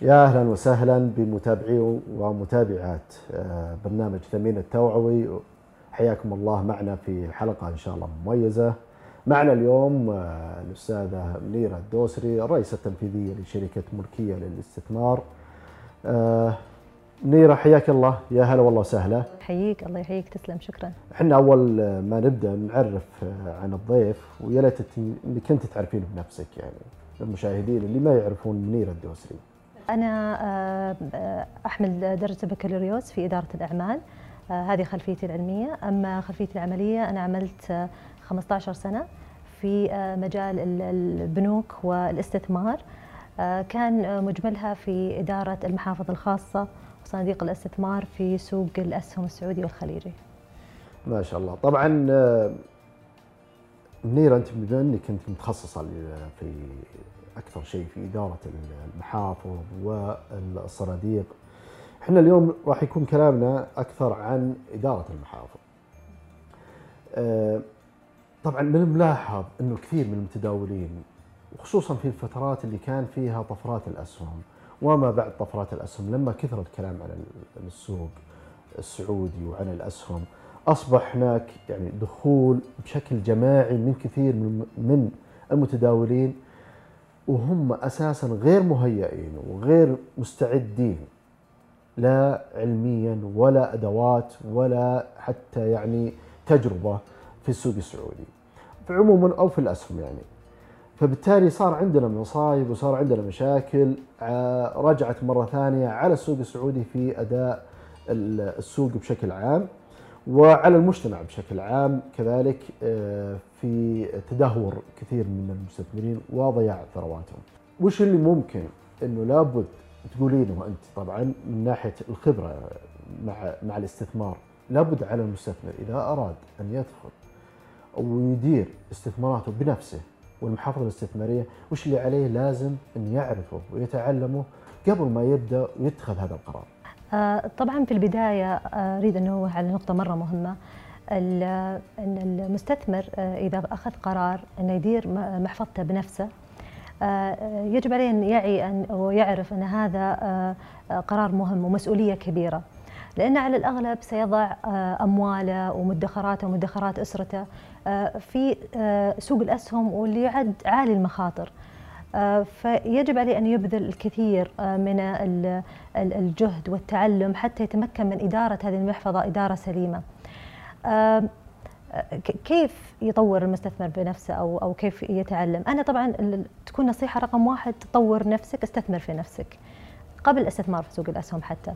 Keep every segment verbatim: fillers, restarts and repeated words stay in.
يا أهلا وسهلا بمتابعي ومتابعات برنامج ثمين التوعوي. حياكم الله معنا في حلقة إن شاء الله مميزة. معنا اليوم الأستاذة منيرة الدوسري، الرئيسة التنفيذية لشركة ملكية للاستثمار. منيرة حياك الله، يا هلا والله وسهلا. حييك الله يحييك، تسلم، شكرا. احنا أول ما نبدأ نعرف عن الضيف، ويا ليت انك انت تعرفين بنفسك يعني للمشاهدين اللي ما يعرفون منيرة الدوسري. أنا أحمل درجة بكالوريوس في إدارة الأعمال، هذه خلفيتي العلمية. أما خلفيتي العملية أنا عملت خمسة عشر سنة في مجال البنوك والاستثمار، كان مجملها في إدارة المحافظ الخاصة وصناديق الاستثمار في سوق الأسهم السعودي والخليجي. ما شاء الله. طبعا منيرة، أنت بما أنك كنت متخصصة في أكثر شيء في إدارة المحافظ والصناديق، احنا اليوم راح يكون كلامنا أكثر عن إدارة المحافظ. طبعا من الملاحظ أنه كثير من المتداولين، وخصوصا في الفترات اللي كان فيها طفرات الأسهم وما بعد طفرات الأسهم، لما كثر الكلام عن السوق السعودي وعن الأسهم، أصبح هناك يعني دخول بشكل جماعي من كثير من المتداولين، وهم أساساً غير مهيئين وغير مستعدين لا علمياً ولا أدوات ولا حتى يعني تجربة في السوق السعودي في عموماً أو في الأسهم يعني. فبالتالي صار عندنا مصايب وصار عندنا مشاكل رجعت مرة ثانية على السوق السعودي في أداء السوق بشكل عام، وعلى المجتمع بشكل عام كذلك، في تدهور كثير من المستثمرين وضياع ثرواتهم. وش اللي ممكن انه لابد تقولينه انت طبعا من ناحيه الخبره مع مع الاستثمار؟ لابد على المستثمر اذا اراد ان يدخل او يدير استثماراته بنفسه والمحافظه الاستثماريه، وش اللي عليه لازم ان يعرفه ويتعلمه قبل ما يبدا ويتخذ هذا القرار؟ طبعا في البداية أريد أن أنوه على نقطة مرة مهمة، أن المستثمر إذا أخذ قرار أنه يدير محفظته بنفسه، يجب عليه أن يعي أن ويعرف أن هذا قرار مهم ومسؤولية كبيرة، لأن على الأغلب سيضع أمواله ومدخراته ومدخرات أسرته في سوق الأسهم واللي يعد عالي المخاطر. فيجب عليه أن يبذل الكثير من الجهد والتعلم حتى يتمكن من إدارة هذه المحفظة إدارة سليمة. كيف يطور المستثمر بنفسه أو أو كيف يتعلم؟ أنا طبعا تكون نصيحة رقم واحد: تطور نفسك، استثمر في نفسك قبل الاستثمار في سوق الأسهم حتى.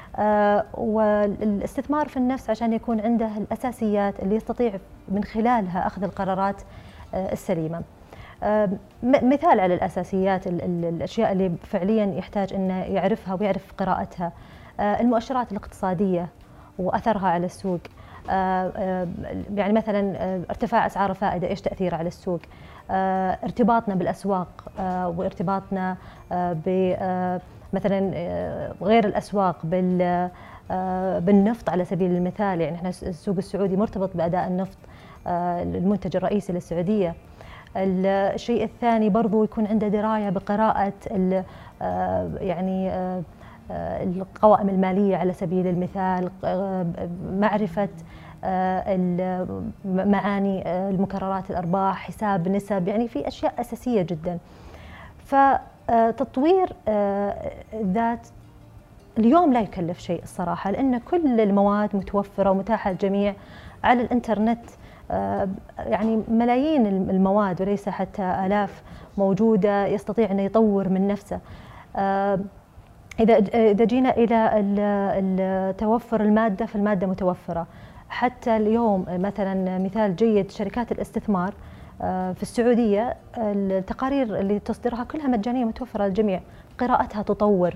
والاستثمار في النفس عشان يكون عنده الأساسيات اللي يستطيع من خلالها أخذ القرارات السليمة. مثال على الأساسيات، الأشياء اللي فعليا يحتاج أنه يعرفها ويعرف قراءتها: المؤشرات الاقتصادية وأثرها على السوق، يعني مثلا ارتفاع أسعار الفائدة إيش تأثيره على السوق، ارتباطنا بالأسواق وارتباطنا بمثلا غير الأسواق بالنفط على سبيل المثال. يعني احنا السوق السعودي مرتبط بأداء النفط، المنتج الرئيسي للسعودية. الشيء الثاني برضو يكون عنده دراية بقراءة يعني القوائم المالية على سبيل المثال، معرفة معاني المكررات الأرباح، حساب نسب، يعني في أشياء أساسية جدا. فتطوير الذات اليوم لا يكلف شيء الصراحة، لأن كل المواد متوفرة ومتاحة للجميع على الإنترنت. يعني ملايين المواد وليس حتى آلاف موجودة، يستطيع أن يطور من نفسه. إذا إذا جينا إلى توفر المادة، فالمادة متوفرة حتى اليوم. مثلا مثال جيد: شركات الاستثمار في السعودية التقارير اللي تصدرها كلها مجانية متوفرة للجميع، قراءتها تطور.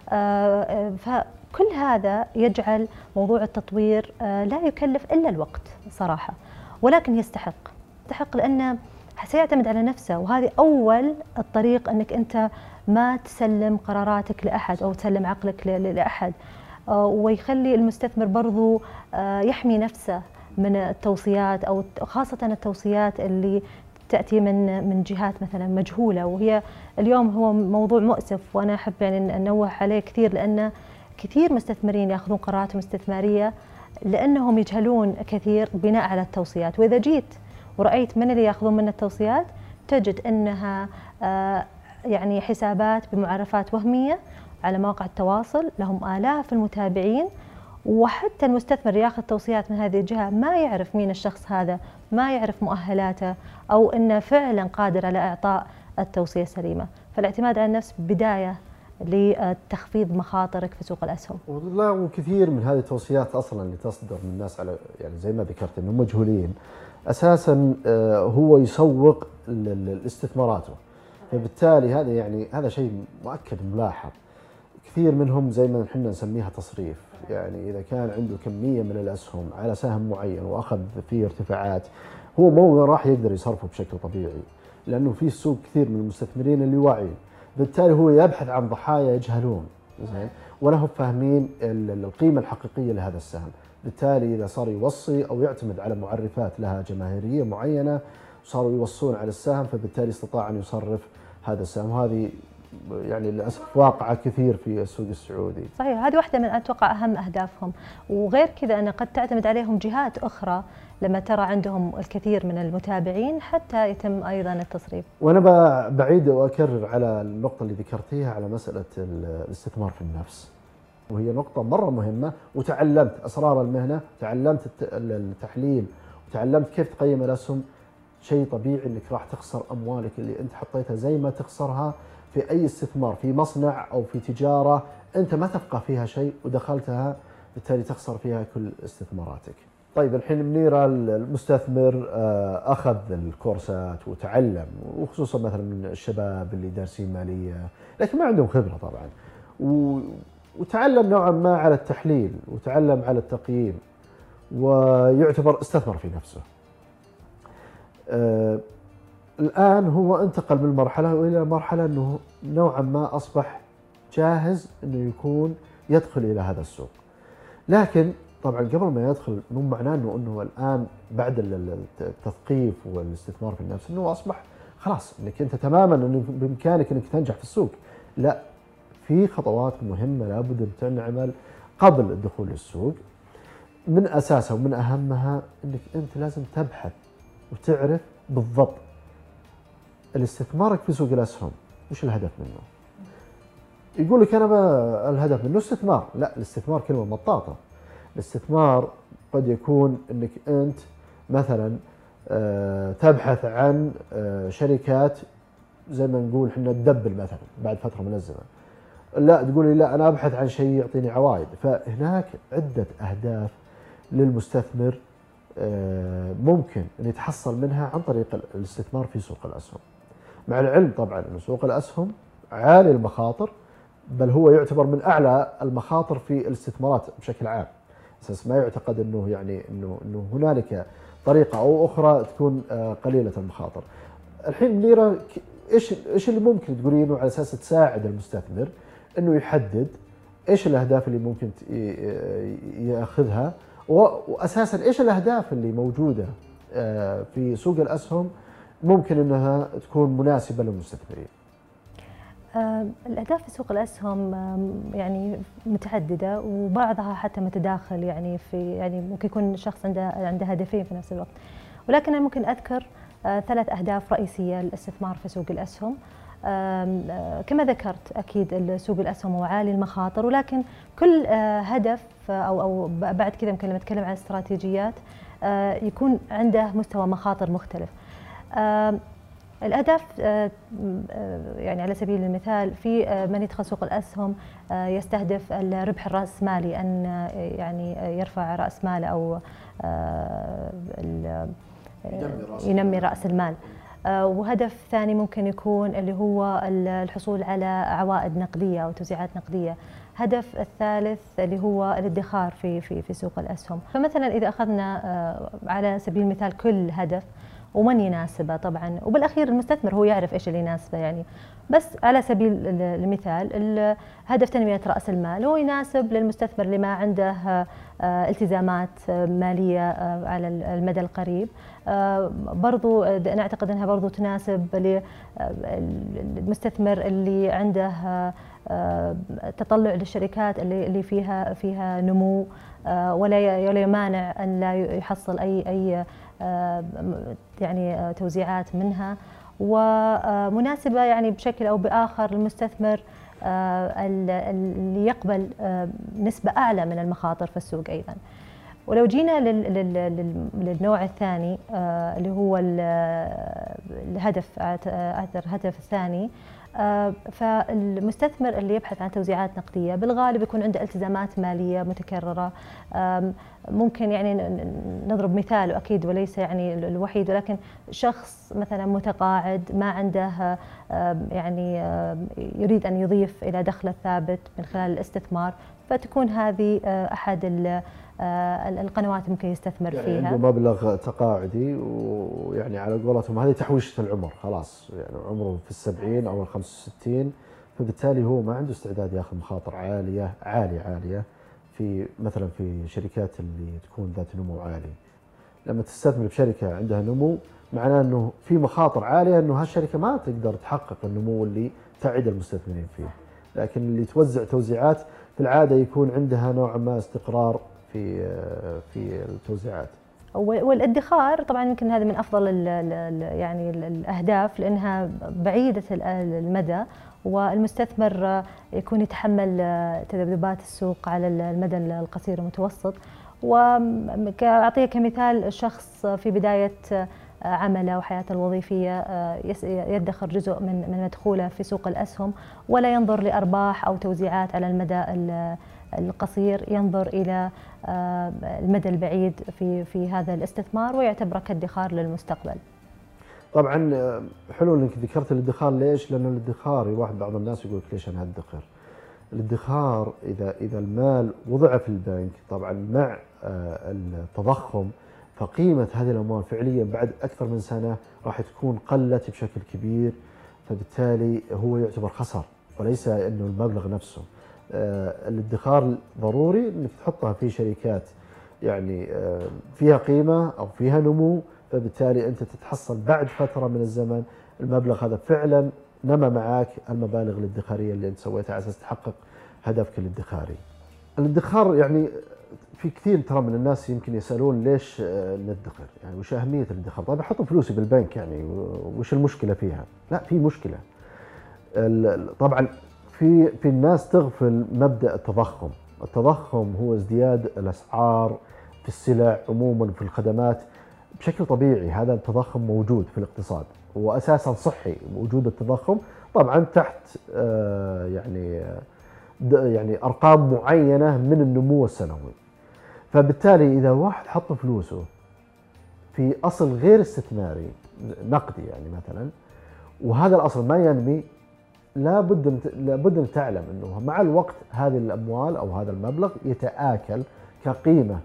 فكل هذا يجعل موضوع التطوير لا يكلف إلا الوقت صراحة، ولكن يستحق يستحق لأنه سيعتمد على نفسه، وهذه أول الطريق أنك أنت ما تسلم قراراتك لأحد أو تسلم عقلك لأحد، ويخلي المستثمر برضو يحمي نفسه من التوصيات، أو خاصة التوصيات اللي تأتي من من جهات مثلا مجهولة، وهي اليوم هو موضوع مؤسف، وأنا أحب يعني أنوه عليه كثير، لأن كثير مستثمرين يأخذون قراراتهم استثمارية لأنهم يجهلون كثير بناء على التوصيات. وإذا جيت ورأيت من اللي يأخذون من التوصيات تجد أنها يعني حسابات بمعرفات وهمية على مواقع التواصل، لهم آلاف المتابعين، وحتى المستثمر ياخذ توصيات من هذه الجهة ما يعرف مين الشخص هذا، ما يعرف مؤهلاته، أو أنه فعلا قادر على إعطاء التوصية السليمة. فالاعتماد على النفس بداية لتخفيض مخاطرك في سوق الأسهم. والله وكثير من هذه التوصيات أصلا اللي تصدر من الناس على يعني زي ما ذكرت أنهم مجهولين أساسا، هو يسوق لاستثماراته، فبالتالي هذا يعني هذا شيء مؤكد ملاحظ. كثير منهم زي ما احنا نسميها تصريف، يعني إذا كان عنده كمية من الأسهم على سهم معين وأخذ فيه ارتفاعات، هو مو راح يقدر يصرفه بشكل طبيعي، لأنه في السوق كثير من المستثمرين اللي واعيين، بالتالي هو يبحث عن ضحايا يجهلون زين ولا هم فاهمين القيمة الحقيقية لهذا السهم. بالتالي إذا صار يوصي أو يعتمد على معرفات لها جماهيرية معينة وصاروا يوصون على السهم، فبالتالي استطاع أن يصرف هذا السهم. وهذه يعني للأسف واقعة كثير في السوق السعودي. صحيح، هذه واحدة من أتوقع أهم أهدافهم. وغير كذا أن قد تعتمد عليهم جهات أخرى لما ترى عندهم الكثير من المتابعين حتى يتم أيضا التصريف. وأنا بعيد وأكرر على النقطة اللي ذكرتيها على مسألة الاستثمار في النفس، وهي نقطة مرة مهمة، وتعلمت أسرار المهنة، تعلمت التحليل، وتعلمت كيف تقيم الأسهم. شيء طبيعي أنك راح تخسر أموالك اللي أنت حطيتها زي ما تخسرها في أي استثمار في مصنع أو في تجارة أنت ما تفقه فيها شيء ودخلتها، بالتالي تخسر فيها كل استثماراتك. طيب الحين منيرة، المستثمر أخذ الكورسات وتعلم، وخصوصا مثلا من الشباب اللي دارسين مالية لكن ما عندهم خبرة طبعا، وتعلم نوعا ما على التحليل وتعلم على التقييم ويعتبر استثمر في نفسه. الآن هو انتقل من مرحلة إلى مرحلة أنه نوعا ما أصبح جاهز أنه يكون يدخل إلى هذا السوق. لكن طبعا قبل ما يدخل مو معناه أنه, أنه الآن بعد التثقيف والاستثمار في النفس أنه أصبح خلاص أنك أنت تماما أنه بإمكانك أنك تنجح في السوق. لا، في خطوات مهمة لابد أن تنعمل قبل الدخول للسوق. من أساسها ومن أهمها أنك أنت لازم تبحث وتعرف بالضبط الاستثمارك في سوق الأسهم وش الهدف منه. يقول لك أنا الهدف منه استثمار، لا، الاستثمار كلمة مطاطة. الاستثمار قد يكون أنك أنت مثلا تبحث عن شركات زي ما نقول احنا تدبل مثلا بعد فترة من الزمن، لا تقول لي لا أنا أبحث عن شيء يعطيني عوائد. فهناك عدة أهداف للمستثمر ممكن أن يتحصل منها عن طريق الاستثمار في سوق الأسهم، مع العلم طبعا أن سوق الأسهم عالي المخاطر، بل هو يعتبر من أعلى المخاطر في الاستثمارات بشكل عام، أساس ما يعتقد أنه يعني أنه أنه هنالك طريقة أو أخرى تكون قليلة المخاطر. الحين منيرة، إيش إيش اللي ممكن تقولينه على أساس تساعد المستثمر أنه يحدد إيش الأهداف اللي ممكن يأخذها، وأساسا إيش الأهداف اللي موجودة في سوق الأسهم ممكن أنها تكون مناسبة للمستثمرين؟ الأهداف في سوق الأسهم يعني متعددة، وبعضها حتى متداخل، يعني في يعني ممكن يكون شخص عنده عنده هدفين في نفس الوقت. ولكن أنا ممكن أذكر ثلاث أهداف رئيسية للاستثمار في سوق الأسهم. كما ذكرت أكيد سوق الأسهم هو عالي المخاطر، ولكن كل هدف أو أو بعد كذا يمكن لما نتكلم عن استراتيجيات يكون عنده مستوى مخاطر مختلف. الأهداف يعني على سبيل المثال في من يدخل سوق الأسهم يستهدف الربح الرأسمالي، أن يعني يرفع رأس ماله أو ينمي رأس المال. وهدف ثاني ممكن يكون اللي هو الحصول على عوائد نقدية أو توزيعات نقدية. هدف الثالث اللي هو الادخار في في في سوق الأسهم. فمثلا إذا أخذنا على سبيل المثال كل هدف ومن يناسبه طبعا، وبالأخير المستثمر هو يعرف إيش اللي يناسبه يعني. بس على سبيل المثال هدف تنمية رأس المال هو يناسب للمستثمر اللي ما عنده التزامات مالية على المدى القريب. برضو نعتقد أنها برضو تناسب للمستثمر اللي عنده تطلع للشركات اللي اللي فيها فيها نمو، ولا ولا يمانع أن لا يحصل أي أي يعني توزيعات منها، ومناسبة يعني بشكل أو بآخر للمستثمر اللي يقبل نسبة أعلى من المخاطر في السوق أيضا. ولو جينا للنوع الثاني اللي هو الهدف الهدف الثاني، فالمستثمر اللي يبحث عن توزيعات نقدية بالغالب يكون عنده التزامات مالية متكررة. ممكن يعني نضرب مثال، وأكيد وليس يعني الوحيد، ولكن شخص مثلا متقاعد ما عنده يعني يريد أن يضيف إلى دخله الثابت من خلال الاستثمار، فتكون هذه أحد القنوات ممكن يستثمر يعني فيها. عنده مبلغ تقاعدي، ويعني على قولتهم هذه تحويشة العمر، خلاص يعني عمره في السبعين أو الخمسة وستين، فبالتالي هو ما عنده استعداد ياخذ مخاطر عالية عالية عالية في مثلا في شركات اللي تكون ذات نمو عالي. لما تستثمر بشركة عندها نمو معناه أنه في مخاطر عالية أنه هالشركة ما تقدر تحقق النمو اللي تعد المستثمرين فيه، لكن اللي توزع توزيعات في العادة يكون عندها نوع ما استقرار في في التوزيعات. والادخار طبعا يمكن هذا من افضل ال ال يعني الاهداف، لانها بعيده المدى، والمستثمر يكون يتحمل تذبذبات السوق على المدى القصير المتوسط. واعطيه كمثال شخص في بدايه عمله وحياته الوظيفيه يدخر جزء من من مدخوله في سوق الاسهم، ولا ينظر لارباح او توزيعات على المدى القصير، ينظر الى المدى البعيد في في هذا الاستثمار ويعتبره كادخار للمستقبل. طبعا حلو انك ذكرت الادخار. ليش؟ لانه الادخار واحد بعض الناس يقول ليش انا ادخر؟ الادخار اذا اذا المال وضع في البنك طبعا مع التضخم، فقيمه هذه الاموال فعليا بعد اكثر من سنه راح تكون قلت بشكل كبير، فبالتالي هو يعتبر خسر وليس انه المبلغ نفسه. الادخار ضروري انك تحطها في شركات يعني فيها قيمه او فيها نمو، فبالتالي انت تتحصل بعد فتره من الزمن المبلغ هذا فعلا نمى معك المبالغ الادخاريه اللي انت سويتها على اساس تحقق هدفك الادخاري. الادخار يعني في كثير ترى من الناس يمكن يسالون ليش ندخر؟ يعني وش اهميه الادخار؟ طيب احط فلوسي بالبنك يعني وش المشكله فيها؟ لا، في مشكله. طبعا في في الناس تغفل مبدا التضخم. التضخم هو ازدياد الاسعار في السلع عموما في الخدمات بشكل طبيعي. هذا التضخم موجود في الاقتصاد واساسا صحي وجود التضخم، طبعا تحت يعني يعني ارقام معينه من النمو السنوي. فبالتالي اذا واحد حط فلوسه في اصل غير استثماري نقدي يعني مثلا، وهذا الاصل ما ينمي، لابد لابد ان تعلم انه مع الوقت هذه الاموال او هذا المبلغ يتآكل كقيمه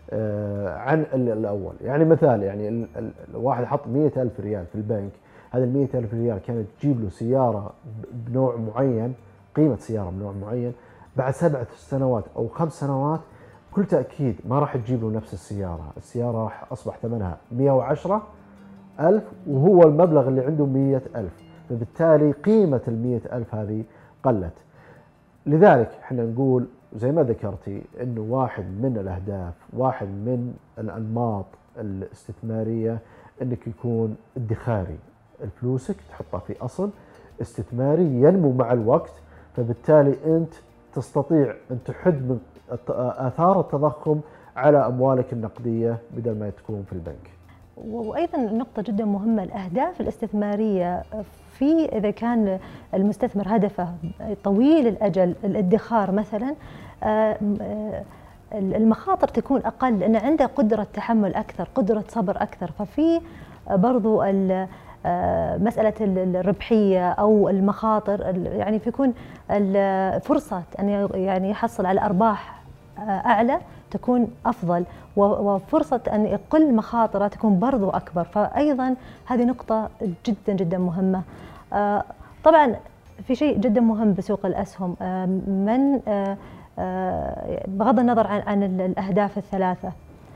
عن الاول. يعني مثال، يعني الواحد حط مئة ألف ريال في البنك، هذا ال مئة ألف ريال كانت تجيب له سياره بنوع معين، قيمه سياره بنوع معين، بعد سبعة سنوات او خمس سنوات بكل تاكيد ما راح تجيب له نفس السياره، السياره راح اصبح ثمنها مئة وعشرة ألف وهو المبلغ اللي عنده مئة ألف، فبالتالي قيمه ال مئة ألف هذه قلت. لذلك احنا نقول زي ما ذكرتي انه واحد من الاهداف، واحد من الانماط الاستثماريه انك يكون ادخاري، فلوسك تحطها في اصل استثماري ينمو مع الوقت، فبالتالي انت تستطيع ان تحد من اثار التضخم على اموالك النقديه بدل ما تكون في البنك. وايضا نقطه جدا مهمه، الاهداف الاستثماريه في اذا كان المستثمر هدفه طويل الاجل الادخار مثلا، المخاطر تكون اقل لان عنده قدره تحمل اكثر، قدره صبر اكثر. ففي برضو مساله الربحيه او المخاطر، يعني فيكون فرصه ان يعني يحصل على ارباح اعلى تكون افضل، وفرصه ان يقل مخاطره تكون برضو اكبر. فايضا هذه نقطه جدا جدا مهمه. طبعا في شيء جدا مهم بسوق الاسهم، من بغض النظر عن عن الأهداف الثلاثة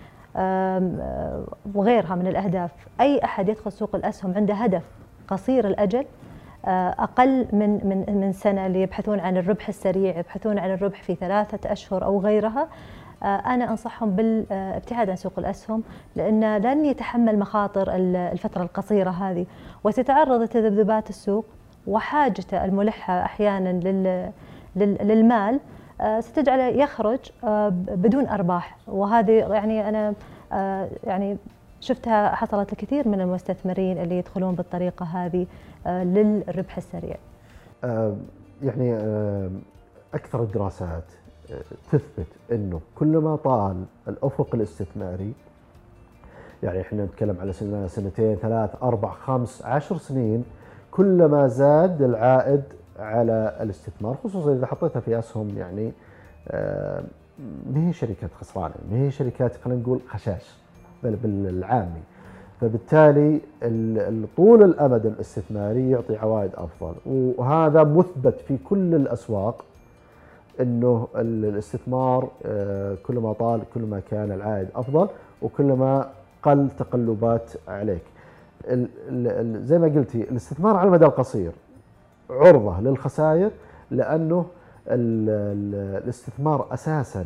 وغيرها من الأهداف، أي أحد يدخل سوق الأسهم عنده هدف قصير الأجل أقل من من من سنة، اللي يبحثون عن الربح السريع، يبحثون عن الربح في ثلاثة أشهر أو غيرها، أنا أنصحهم بالابتعاد عن سوق الأسهم، لأن لن يتحمل مخاطر الفترة القصيرة هذه، وستتعرض لتذبذبات السوق وحاجته الملحة أحيانا للمال ستجعله يخرج بدون أرباح. وهذه يعني أنا يعني شفتها حصلت لكثير من المستثمرين اللي يدخلون بالطريقة هذه للربح السريع. يعني أكثر الدراسات تثبت أنه كلما طال الأفق الاستثماري، يعني إحنا نتكلم على سنة سنتين ثلاث أربع خمس عشر سنين، كلما زاد العائد على الاستثمار، خصوصا إذا حطيتها في أسهم يعني ما هي شركات خسرانة، ما هي شركات خلينا نقول خشاش بالعامي، فبالتالي طول الأمد الاستثماري يعطي عوائد أفضل، وهذا مثبت في كل الأسواق أنه الاستثمار كلما طال كلما كان العائد أفضل وكلما قل تقلبات عليك. زي ما قلتي الاستثمار على المدى القصير عرضة للخسائر، لأنه الاستثمار أساسا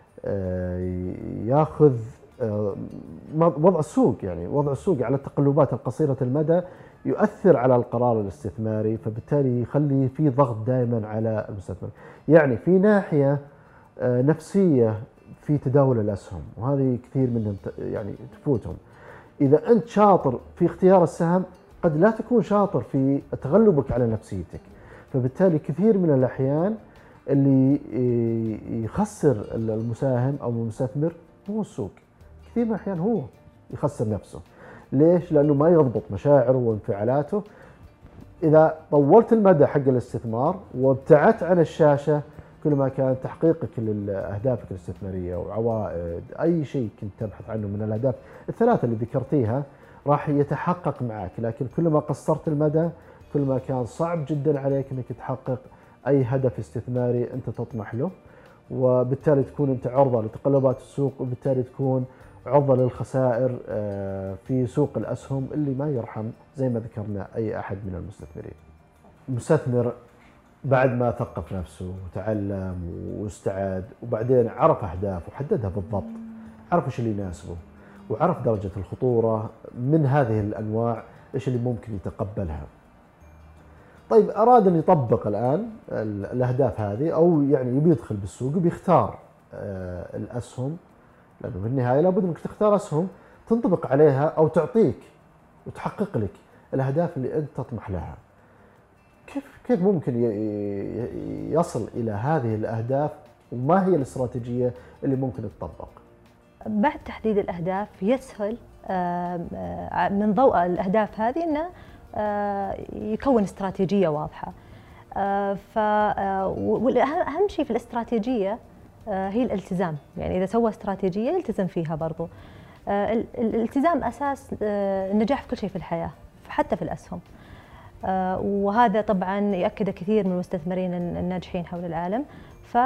ياخذ وضع السوق، يعني وضع السوق على التقلبات القصيرة المدى يؤثر على القرار الاستثماري، فبالتالي يخلي في ضغط دائما على المستثمر. يعني في ناحية نفسية في تداول الأسهم، وهذه كثير منهم يعني تفوتهم. إذا أنت شاطر في اختيار السهم قد لا تكون شاطر في تغلبك على نفسيتك، فبالتالي كثير من الأحيان اللي يخسر المساهم أو المستثمر هو السوق، كثير من الأحيان هو يخسر نفسه. ليش؟ لأنه ما يضبط مشاعره وانفعالاته. إذا طولت المدى حق الاستثمار وابتعدت عن الشاشة، كل ما كان تحقيقك لأهدافك الاستثمارية وعوائد أي شيء كنت تبحث عنه من الأهداف الثلاثة اللي ذكرتيها راح يتحقق معك، لكن كل ما قصرت المدى كل ما كان صعب جدا عليك أنك تحقق أي هدف استثماري أنت تطمح له، وبالتالي تكون أنت عرضة لتقلبات السوق، وبالتالي تكون عرضة للخسائر في سوق الأسهم اللي ما يرحم زي ما ذكرنا أي أحد من المستثمرين. المستثمر بعد ما ثقف نفسه وتعلم واستعد وبعدين عرف أهدافه وحددها بالضبط، عرف إيش اللي يناسبه وعرف درجة الخطورة من هذه الأنواع، إيش اللي ممكن يتقبلها. طيب أراد أن يطبق الآن الأهداف هذه، أو يعني يبي يدخل بالسوق وبيختار الأسهم، لأنه في النهاية لابد أنك تختار أسهم تنطبق عليها أو تعطيك وتحقق لك الأهداف اللي أنت تطمح لها. كيف كيف ممكن يصل إلى هذه الأهداف، وما هي الاستراتيجية اللي ممكن تطبق؟ بعد تحديد الأهداف يسهل من ضوء الأهداف هذه أنه يكون استراتيجية واضحة. فأهم شيء في الاستراتيجية هي الالتزام، يعني إذا سوى استراتيجية يلتزم فيها برضو. الالتزام أساس النجاح في كل شيء في الحياة، حتى في الأسهم، وهذا طبعا يأكد كثير من المستثمرين الناجحين حول العالم. ف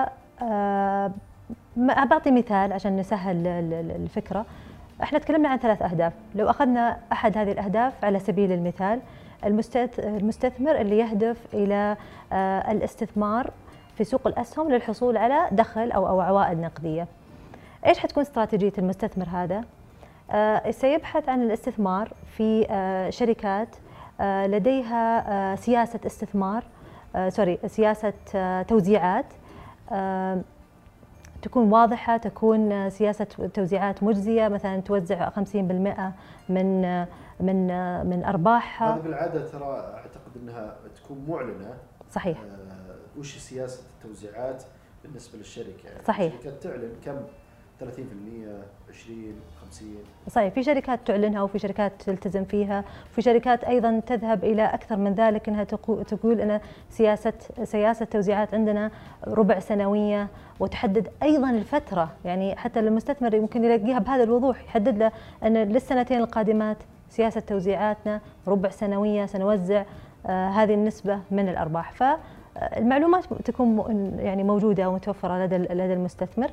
بعطي مثال عشان نسهل الفكرة. احنا تكلمنا عن ثلاث أهداف، لو أخذنا أحد هذه الأهداف على سبيل المثال، المستثمر اللي يهدف إلى الاستثمار في سوق الأسهم للحصول على دخل أو أو عوائد نقدية. إيش حتكون استراتيجية المستثمر هذا؟ سيبحث عن الاستثمار في شركات لديها سياسة استثمار سوري سياسة توزيعات تكون واضحة، تكون سياسة توزيعات مجزية، مثلا توزع خمسين بالمئة من من من أرباحها. هذا بالعادة ترى أعتقد أنها تكون معلنة. صحيح. آه وش سياسة التوزيعات بالنسبة للشركة؟ يعني صحيح. الشركات تعلن كم ثلاثين بالمئة عشرين خمسين. صحيح، في شركات تعلنها وفي شركات تلتزم فيها، وفي شركات أيضا تذهب إلى أكثر من ذلك، أنها تقول أن سياسة سياسة توزيعات عندنا ربع سنوية، وتحدد أيضا الفترة، يعني حتى المستثمر يمكن يلاقيها بهذا الوضوح، يحدد له أن للسنتين القادمات سياسة توزيعاتنا ربع سنوية، سنوزع آه هذه النسبة من الأرباح. ف المعلومات تكون يعني موجودة ومتوفرة لدى لدى المستثمر.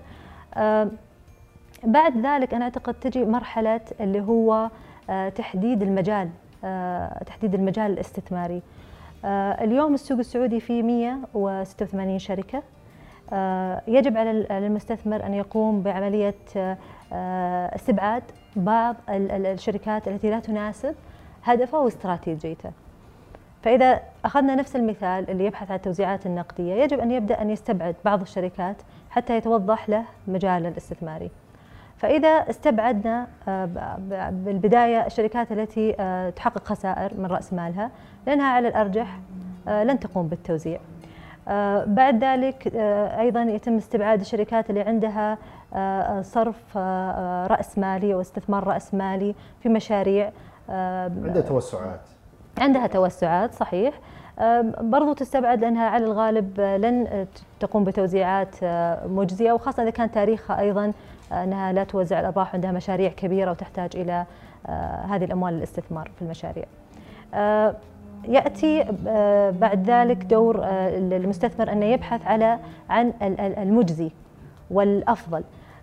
بعد ذلك أنا أعتقد تجي مرحلة اللي هو تحديد المجال، تحديد المجال الاستثماري. اليوم السوق السعودي فيه مئة وستة وثمانين شركة. يجب على المستثمر أن يقوم بعملية استبعاد بعض الشركات التي لا تناسب هدفه واستراتيجيته. فإذا أخذنا نفس المثال اللي يبحث عن التوزيعات النقدية، يجب أن يبدأ أن يستبعد بعض الشركات حتى يتوضح له مجال الاستثماري. فإذا استبعدنا بالبداية الشركات التي تحقق خسائر من رأس مالها، لأنها على الأرجح لن تقوم بالتوزيع. بعد ذلك أيضا يتم استبعاد الشركات اللي عندها صرف رأس مالي واستثمار رأس مالي في مشاريع عندها توسعات عندها توسعات صحيح، برضو تستبعد لأنها على الغالب لن تقوم بتوزيعات مجزية، وخاصة إذا كان تاريخها أيضا أنها لا توزع الأرباح وعندها مشاريع كبيرة وتحتاج إلى هذه الأموال للاستثمار في المشاريع. يأتي بعد ذلك دور المستثمر أنه يبحث على عن المجزي والأفضل،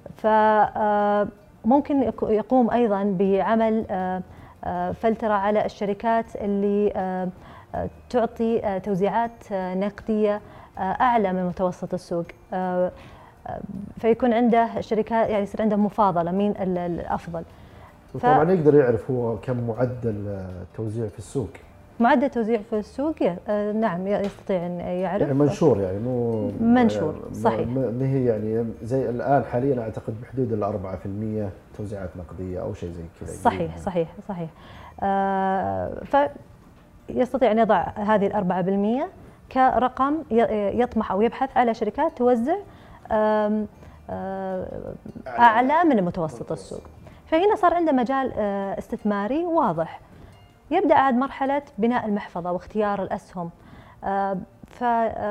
فممكن يقوم أيضا بعمل فلترة على الشركات اللي تعطي توزيعات نقدية أعلى من متوسط السوق، فيكون عنده شركات يعني يصير عنده مفاضلة مين الأفضل. وطبعا ف... يقدر يعرف هو كم معدل التوزيع في السوق. معدل توزيع في السوق نعم يستطيع أن يعرف، يعني منشور، يعني مو منشور صحيح. ما هي يعني زي الآن حاليا أعتقد بحدود ال أربعة بالمئة توزيعات نقدية أو شيء زي كذا. صحيح صحيح صحيح. آه فيستطيع أن يضع هذه الأربعة بالمئة كرقم يطمح أو يبحث على شركات توزع آه آه أعلى من متوسط السوق. فهنا صار عنده مجال آه استثماري واضح. يبدأ عاد مرحلة بناء المحفظة واختيار الأسهم. آه ف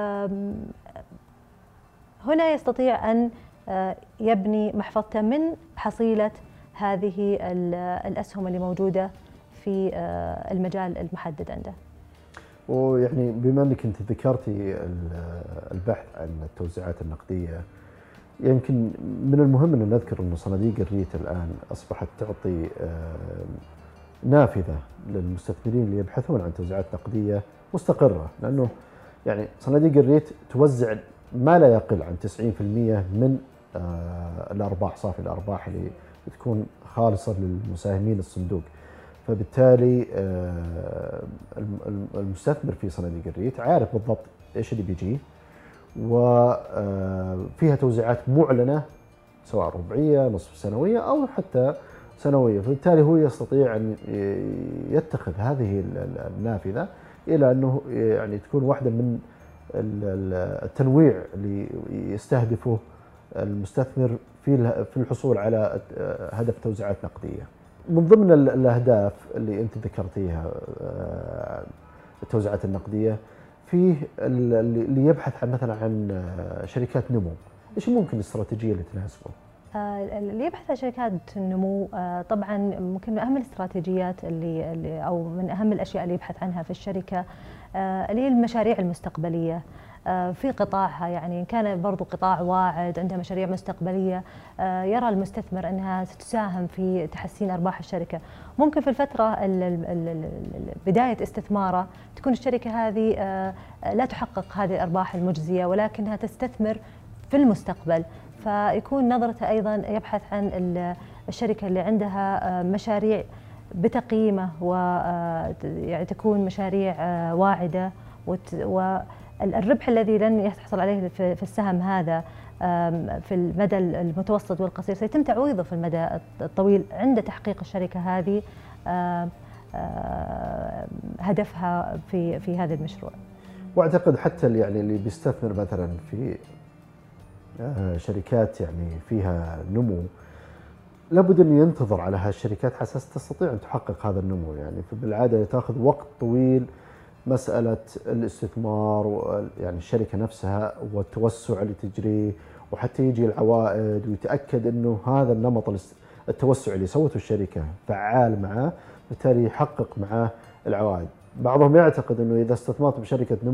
هنا يستطيع أن يبني محفظته من حصيلة هذه الأسهم اللي موجودة في المجال المحدد عنده. ويعني بما أنك أنت ذكرتي البحث عن التوزيعات النقدية، يمكن من المهم أن نذكر أن صناديق الريت الآن أصبحت تعطي نافذة للمستثمرين اللي يبحثون عن توزيعات نقدية مستقرة، لأنه يعني صناديق الريت توزع ما لا يقل عن تسعين بالمئة من الأرباح، صافي الأرباح اللي بتكون خالصة للمساهمين الصندوق. فبالتالي المستثمر في صناديق الريت عارف بالضبط إيش اللي بيجيه، وفيها توزيعات معلنة سواء ربعية نصف سنوية أو حتى سنوية. فبالتالي هو يستطيع أن يتخذ هذه النافذة إلى أنه يعني تكون واحدة من التنويع اللي يستهدفه المستثمر في في الحصول على هدف توزيعات نقدية. من ضمن الأهداف اللي أنت ذكرتيها التوزيعات النقدية، فيه اللي يبحث عن مثلا عن شركات نمو، إيش ممكن الاستراتيجية اللي تناسبه؟ اللي يبحث عن شركات النمو طبعا ممكن من اهم الاستراتيجيات اللي, اللي او من اهم الاشياء اللي يبحث عنها في الشركه اللي هي المشاريع المستقبليه في قطاعها. يعني كان برضو قطاع واعد عنده مشاريع مستقبليه يرى المستثمر انها ستساهم في تحسين ارباح الشركه. ممكن في الفتره بدايه استثماره تكون الشركه هذه لا تحقق هذه الارباح المجزيه، ولكنها تستثمر في المستقبل. فيكون نظرته أيضا يبحث عن الشركة اللي عندها مشاريع بتقييمه، ويعني تكون مشاريع واعدة، والربح الذي لن يحصل عليه في السهم هذا في المدى المتوسط والقصير سيتم تعويضه في المدى الطويل عند تحقيق الشركة هذه هدفها في في هذا المشروع. واعتقد حتى يعني اللي بيستثمر مثلا في شركات يعني فيها نمو لابد أن ينتظر على هالشركات حتى تستطيع أن تحقق هذا النمو. يعني بالعادة تأخذ وقت طويل مسألة الاستثمار يعني الشركة نفسها والتوسع اللي تجريه، وحتى يجي العوائد ويتأكد أنه هذا النمط التوسع اللي سوته الشركة فعال معه، بالتالي يحقق معه العوائد. بعضهم يعتقد أنه إذا استثمرت بشركة نمو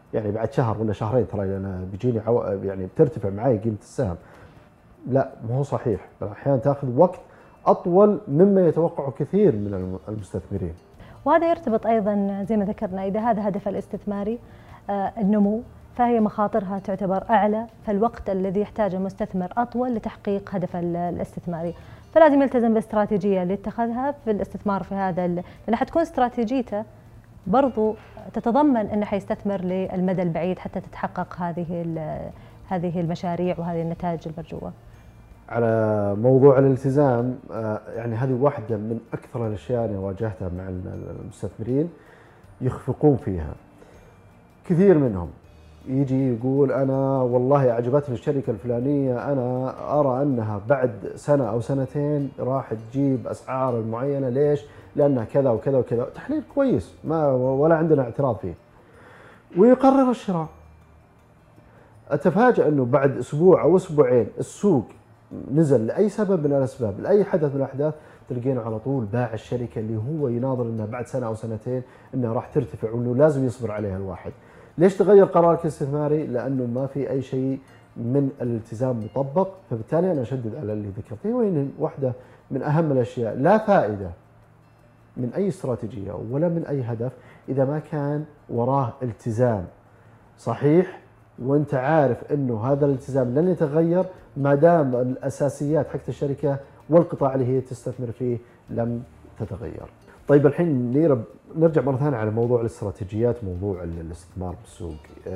يعني بعد شهر ولا شهرين ترى انا بيجيني عو... يعني بترتفع معي قيمه السهم. لا، مو هو صحيح، احيانا تاخذ وقت اطول مما يتوقعه كثير من المستثمرين. وهذا يرتبط ايضا زي ما ذكرنا، اذا هذا هدف الاستثماري آه النمو، فهي مخاطرها تعتبر اعلى، فالوقت الذي يحتاجه المستثمر اطول لتحقيق هدف الاستثماري، فلازم يلتزم بالاستراتيجيه اللي اتخذها في الاستثمار في هذا، لان حتكون استراتيجيته برضو تتضمن انه حيستثمر للمدى البعيد حتى تتحقق هذه هذه المشاريع وهذه النتائج المرجوه. على موضوع الالتزام، يعني هذه واحده من اكثر الاشياء اللي واجهتها مع المستثمرين يخفقون فيها. كثير منهم يجي يقول انا والله اعجبتني الشركه الفلانيه، انا ارى انها بعد سنه او سنتين راح تجيب اسعار معينه، ليش؟ لانها كذا وكذا وكذا، تحليل كويس ما ولا عندنا اعتراض فيه. ويقرر الشراء. اتفاجأ انه بعد اسبوع او اسبوعين السوق نزل لاي سبب من الاسباب، لاي حدث من الاحداث، تلقينه على طول باع الشركه اللي هو يناظر انها بعد سنه او سنتين انها راح ترتفع وانه لازم يصبر عليها الواحد. ليش تغير قرارك الاستثماري؟ لانه ما في اي شيء من الالتزام مطبق، فبالتالي انا اشدد على اللي ذكرته، وهي واحده من اهم الاشياء. لا فائده من اي استراتيجيه ولا من اي هدف اذا ما كان وراه التزام صحيح، وانت عارف انه هذا الالتزام لن يتغير ما دام الاساسيات حقت الشركه والقطاع اللي هي تستثمر فيه لم تتغير. طيب الحين نيرة نرجع مره ثانيه على موضوع الاستراتيجيات، موضوع الاستثمار بالسوق.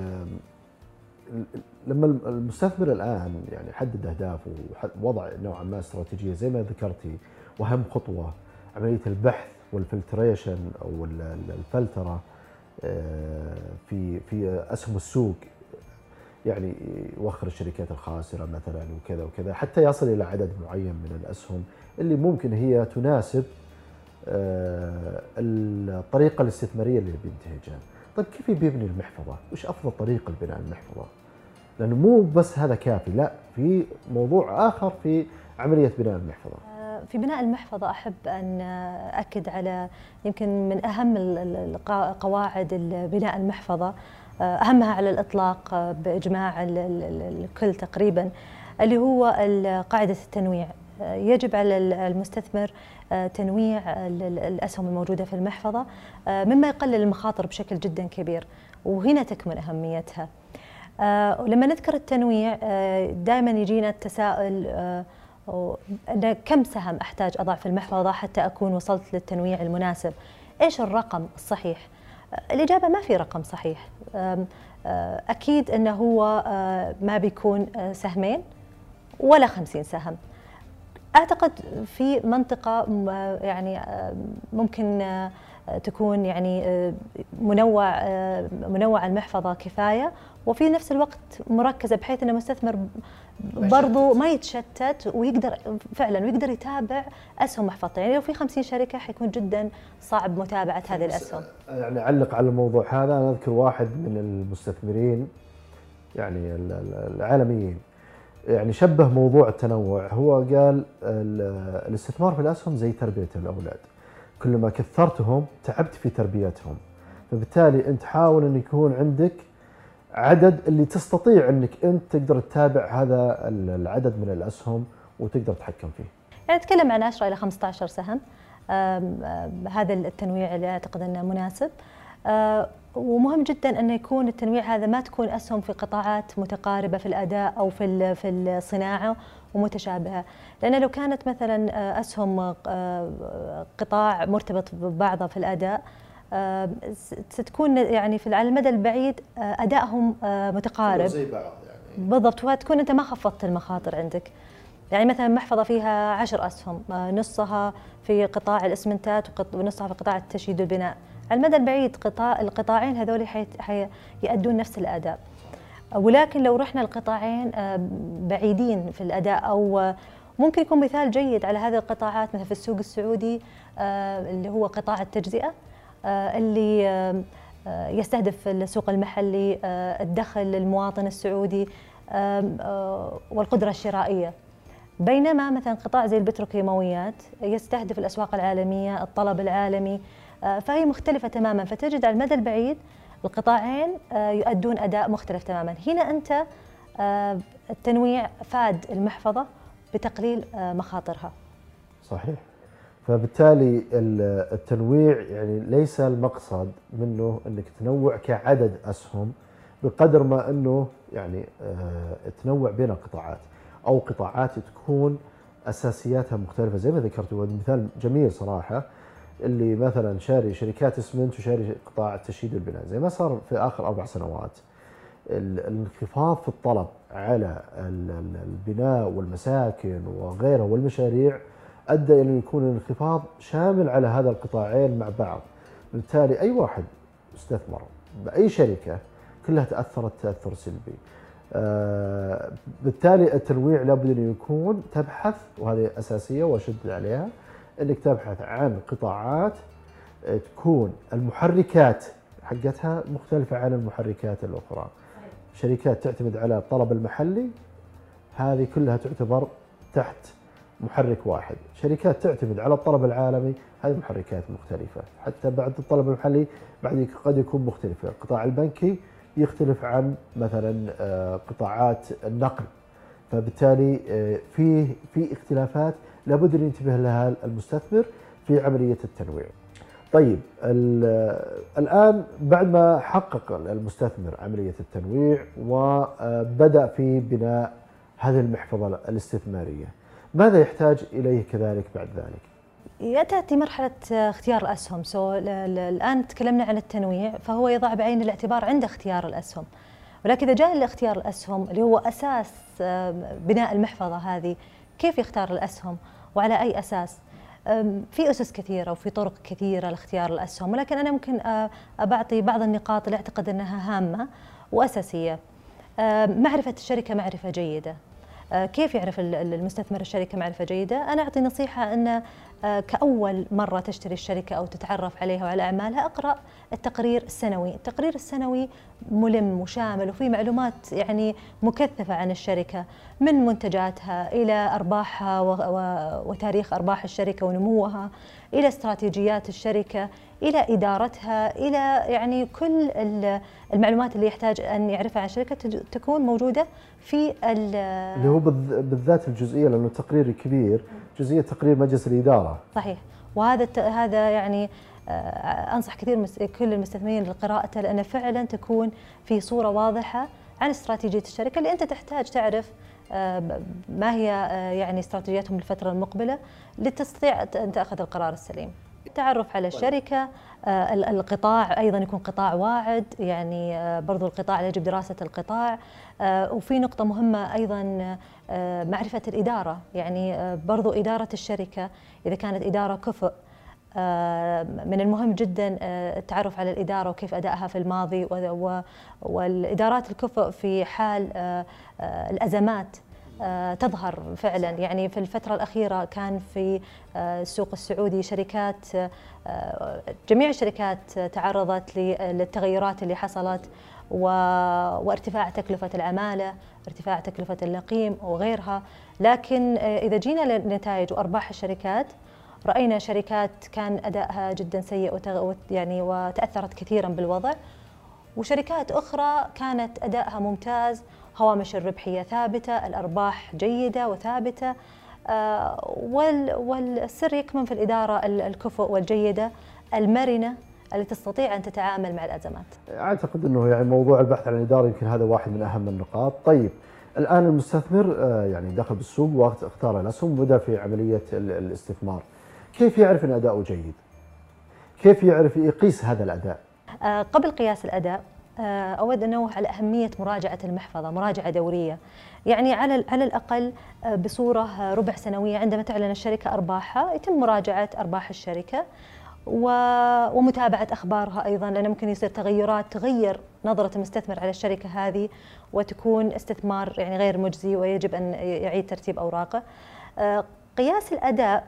لما المستثمر الان يعني يحدد اهدافه ووضع نوعا ما استراتيجيه زي ما ذكرتي، واهم خطوه عمليه البحث والفلتريشن او الفلتره في في اسهم السوق، يعني يوخر الشركات الخاسره مثلا وكذا وكذا حتى يصل الى عدد معين من الاسهم اللي ممكن هي تناسب الطريقه الاستثماريه اللي بينتهجها. طيب كيف بيبني المحفظه؟ وش افضل طريقه لبناء المحفظه؟ لانه مو بس هذا كافي، لا، في موضوع اخر في عمليه بناء المحفظه. في بناء المحفظة أحب أن أكد على يمكن من أهم قواعد بناء المحفظة، أهمها على الإطلاق بإجماع الكل تقريبا، اللي هو قاعدة التنويع. يجب على المستثمر تنويع الأسهم الموجودة في المحفظة مما يقلل المخاطر بشكل جدا كبير، وهنا تكمن أهميتها. ولما نذكر التنويع دائما يجينا التساؤل أن كم سهم أحتاج أضع في المحفظة حتى أكون وصلت للتنويع المناسب؟ إيش الرقم الصحيح؟ الإجابة ما في رقم صحيح. أكيد أنه هو ما بيكون سهمين ولا خمسين سهم. أعتقد في منطقة يعني ممكن تكون يعني منوع منوع المحفظة كفاية، وفي نفس الوقت مركزة بحيث أن المستثمر برضو ما يتشتت ويقدر فعلا ويقدر يتابع أسهم محفظته. يعني لو في خمسين شركة حيكون جدا صعب متابعة هذه الأسهم. يعني أعلق على الموضوع هذا، أنا أذكر واحد من المستثمرين يعني العالميين يعني شبه موضوع التنوع، هو قال الاستثمار في الأسهم زي تربية الأولاد، كلما كثرتهم تعبت في تربيتهم، فبالتالي أنت حاول أن يكون عندك عدد اللي تستطيع أنك أنت تقدر تتابع هذا العدد من الأسهم وتقدر تتحكم فيه. يعني نتكلم عن عشرة إلى خمسة عشر سهم، هذا التنويع اللي أعتقد أنه مناسب. ومهم جدا أن يكون التنويع هذا ما تكون أسهم في قطاعات متقاربة في الأداء أو في في الصناعة ومتشابهة، لأن لو كانت مثلا أسهم قطاع مرتبط ببعضها في الأداء ستكون يعني في على المدى البعيد أدائهم متقارب زي بعض يعني. بالضبط، وتكون أنت ما خفضت المخاطر عندك. يعني مثلا محفظة فيها عشر أسهم، نصها في قطاع الإسمنتات ونصها في قطاع التشييد والبناء، على المدى البعيد قطاع القطاعين هذول حيؤدون نفس الأداء. ولكن لو رحنا القطاعين بعيدين في الأداء، أو ممكن يكون مثال جيد على هذه القطاعات مثل في السوق السعودي اللي هو قطاع التجزئة اللي يستهدف السوق المحلي، الدخل للمواطن السعودي والقدرة الشرائية، بينما مثلا قطاع زي البتروكيماويات يستهدف الأسواق العالمية، الطلب العالمي، فهي مختلفة تماما. فتجد على المدى البعيد القطاعين يؤدون أداء مختلف تماما. هنا أنت التنويع فاد المحفظة بتقليل مخاطرها. صحيح. فبالتالي التنويع يعني ليس المقصد منه أنك تنوع كعدد أسهم بقدر ما أنه يعني تنوع بين القطاعات أو قطاعات تكون أساسياتها مختلفة زي ما ذكرت. مثال جميل صراحة اللي مثلا شاري شركات اسمنت وشاري قطاع التشييد والبناء زي ما صار في آخر أربع سنوات. الانخفاض في الطلب على البناء والمساكن وغيرها والمشاريع أدى إلى يكون الانخفاض شامل على هذا القطاعين مع بعض. بالتالي أي واحد استثمر بأي شركة كلها تأثرت تأثر سلبي. آه بالتالي التنويع لابد أن يكون تبحث، وهذه أساسية وأشد عليها، أنك تبحث عن قطاعات تكون المحركات حقتها مختلفة عن المحركات الأخرى. شركات تعتمد على الطلب المحلي هذه كلها تعتبر تحت محرك واحد. شركات تعتمد على الطلب العالمي هذه محركات مختلفة، حتى بعد الطلب المحلي بعد قد يكون مختلفة. القطاع البنكي يختلف عن مثلا قطاعات النقل. فبالتالي فيه في اختلافات لابد أن ينتبه لها المستثمر في عملية التنويع. طيب الآن بعد ما حقق المستثمر عملية التنويع وبدأ في بناء هذه المحفظة الاستثمارية، ماذا يحتاج إليه كذلك بعد ذلك؟ تأتي مرحلة اختيار الأسهم. سو الآن تكلمنا عن التنويع، فهو يضع بعين الاعتبار عند اختيار الأسهم. ولكن إذا جاء لاختيار الأسهم اللي هو أساس بناء المحفظة هذه، كيف يختار الأسهم وعلى أي أساس؟ في أسس كثيرة وفي طرق كثيرة لاختيار الأسهم، ولكن أنا ممكن أبعطي بعض النقاط اللي أعتقد أنها هامة وأساسية. معرفة الشركة معرفة جيدة. كيف يعرف المستثمر الشركة معرفة جيدة؟ أنا أعطي نصيحة أن كأول مرة تشتري الشركة أو تتعرف عليها وعلى أعمالها، أقرأ التقرير السنوي. التقرير السنوي ملم وشامل وفيه معلومات يعني مكثفة عن الشركة، من منتجاتها إلى أرباحها وتاريخ أرباح الشركة ونموها، إلى استراتيجيات الشركة، إلى إدارتها، إلى يعني كل المعلومات اللي يحتاج أن يعرفها عن الشركة تكون موجودة في اللي هو بالذات الجزئية، لأنه التقرير الكبير جزئية تقرير مجلس الإدارة. صحيح. وهذا هذا يعني أنصح كثير كل المستثمرين لقراءته، لأن فعلا تكون في صورة واضحة عن استراتيجية الشركة اللي أنت تحتاج تعرف ما هي يعني استراتيجياتهم للفترة المقبلة لتستطيع أن تأخذ القرار السليم. التعرف على الشركة، القطاع أيضا يكون قطاع واعد، يعني برضو القطاع يجب دراسة القطاع. وفي نقطة مهمة أيضا معرفة الإدارة، يعني برضو إدارة الشركة إذا كانت إدارة كفؤ، من المهم جدا التعرف على الإدارة وكيف أدائها في الماضي، والإدارات الكفؤ في حال الأزمات تظهر فعلا. يعني في الفترة الأخيرة كان في السوق السعودي شركات، جميع الشركات تعرضت للتغيرات اللي حصلت، وارتفاع تكلفة العمالة، ارتفاع تكلفة اللقيم وغيرها. لكن إذا جينا لنتائج وأرباح الشركات، رأينا شركات كان أدائها جدا سيء يعني وتأثرت كثيرا بالوضع، وشركات أخرى كانت أدائها ممتاز، هوامش الربحية ثابتة، الأرباح جيدة وثابتة. والسر يكمن في الإدارة الكفؤ والجيدة المرنة اللي تستطيع أن تتعامل مع الأزمات. أعتقد أنه يعني موضوع البحث عن الإدارة يمكن هذا واحد من أهم النقاط. طيب الآن المستثمر يعني دخل بالسوق واختار الأسهم وبدأ في عملية الاستثمار، كيف يعرف أن أداؤه جيد؟ كيف يعرف يقيس هذا الأداء؟ قبل قياس الأداء أود أن أنوه على أهمية مراجعة المحفظة، مراجعة دورية، يعني على على الأقل بصورة ربع سنوية. عندما تعلن الشركة أرباحها يتم مراجعة أرباح الشركة ومتابعة أخبارها أيضا، لأن ممكن يصير تغيرات تغير نظرة المستثمر على الشركة هذه وتكون استثمار يعني غير مجزي ويجب أن يعيد ترتيب أوراقه. قياس الأداء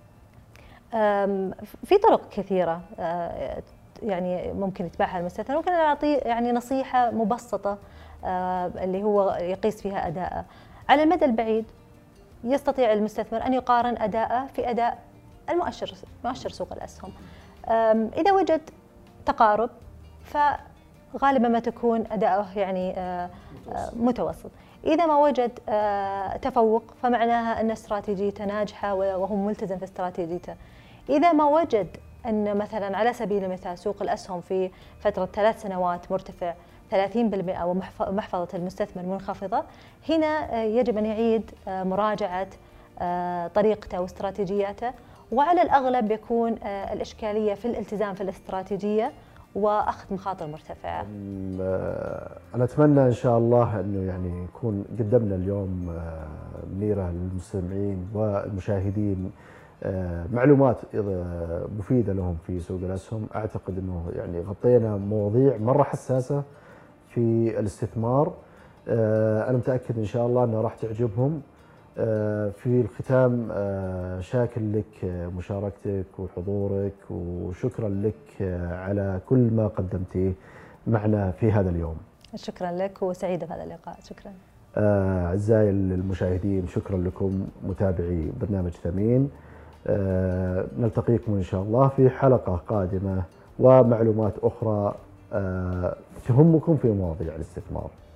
في طرق كثيرة يعني ممكن يتبعها المستثمر. ممكن أعطيه يعني نصيحة مبسطة اللي هو يقيس فيها أداءه. على المدى البعيد يستطيع المستثمر أن يقارن أداءه في أداء المؤشر مؤشر سوق الأسهم. إذا وجد تقارب غالبا ما تكون أداؤه يعني متوسط. إذا ما وجد تفوق فمعناها أن استراتيجيته ناجحة وهو ملتزم في استراتيجيته. إذا ما وجد أن مثلا على سبيل المثال سوق الأسهم في فترة ثلاث سنوات مرتفع ثلاثين بالمئة ومحفظة المستثمر منخفضة، هنا يجب أن يعيد مراجعة طريقته واستراتيجياته، وعلى الأغلب يكون الإشكالية في الالتزام في الاستراتيجية وأخذ مخاطر مرتفعة. أنا أتمنى إن شاء الله أنه يعني يكون قدمنا اليوم منيرة للمستمعين والمشاهدين معلومات مفيدة لهم في سوق الأسهم. أعتقد أنه يعني غطينا مواضيع مرة حساسة في الاستثمار. أنا متأكد إن شاء الله أنها راح تعجبهم. في الختام شاكر لك مشاركتك وحضورك، وشكرا لك على كل ما قدمتيه معنا في هذا اليوم. شكرا لك وسعيدة بهذا اللقاء. شكرا. أعزائي المشاهدين، شكرا لكم متابعي برنامج ثمين. نلتقيكم إن شاء الله في حلقة قادمة ومعلومات أخرى تهمكم في مواضيع الاستثمار.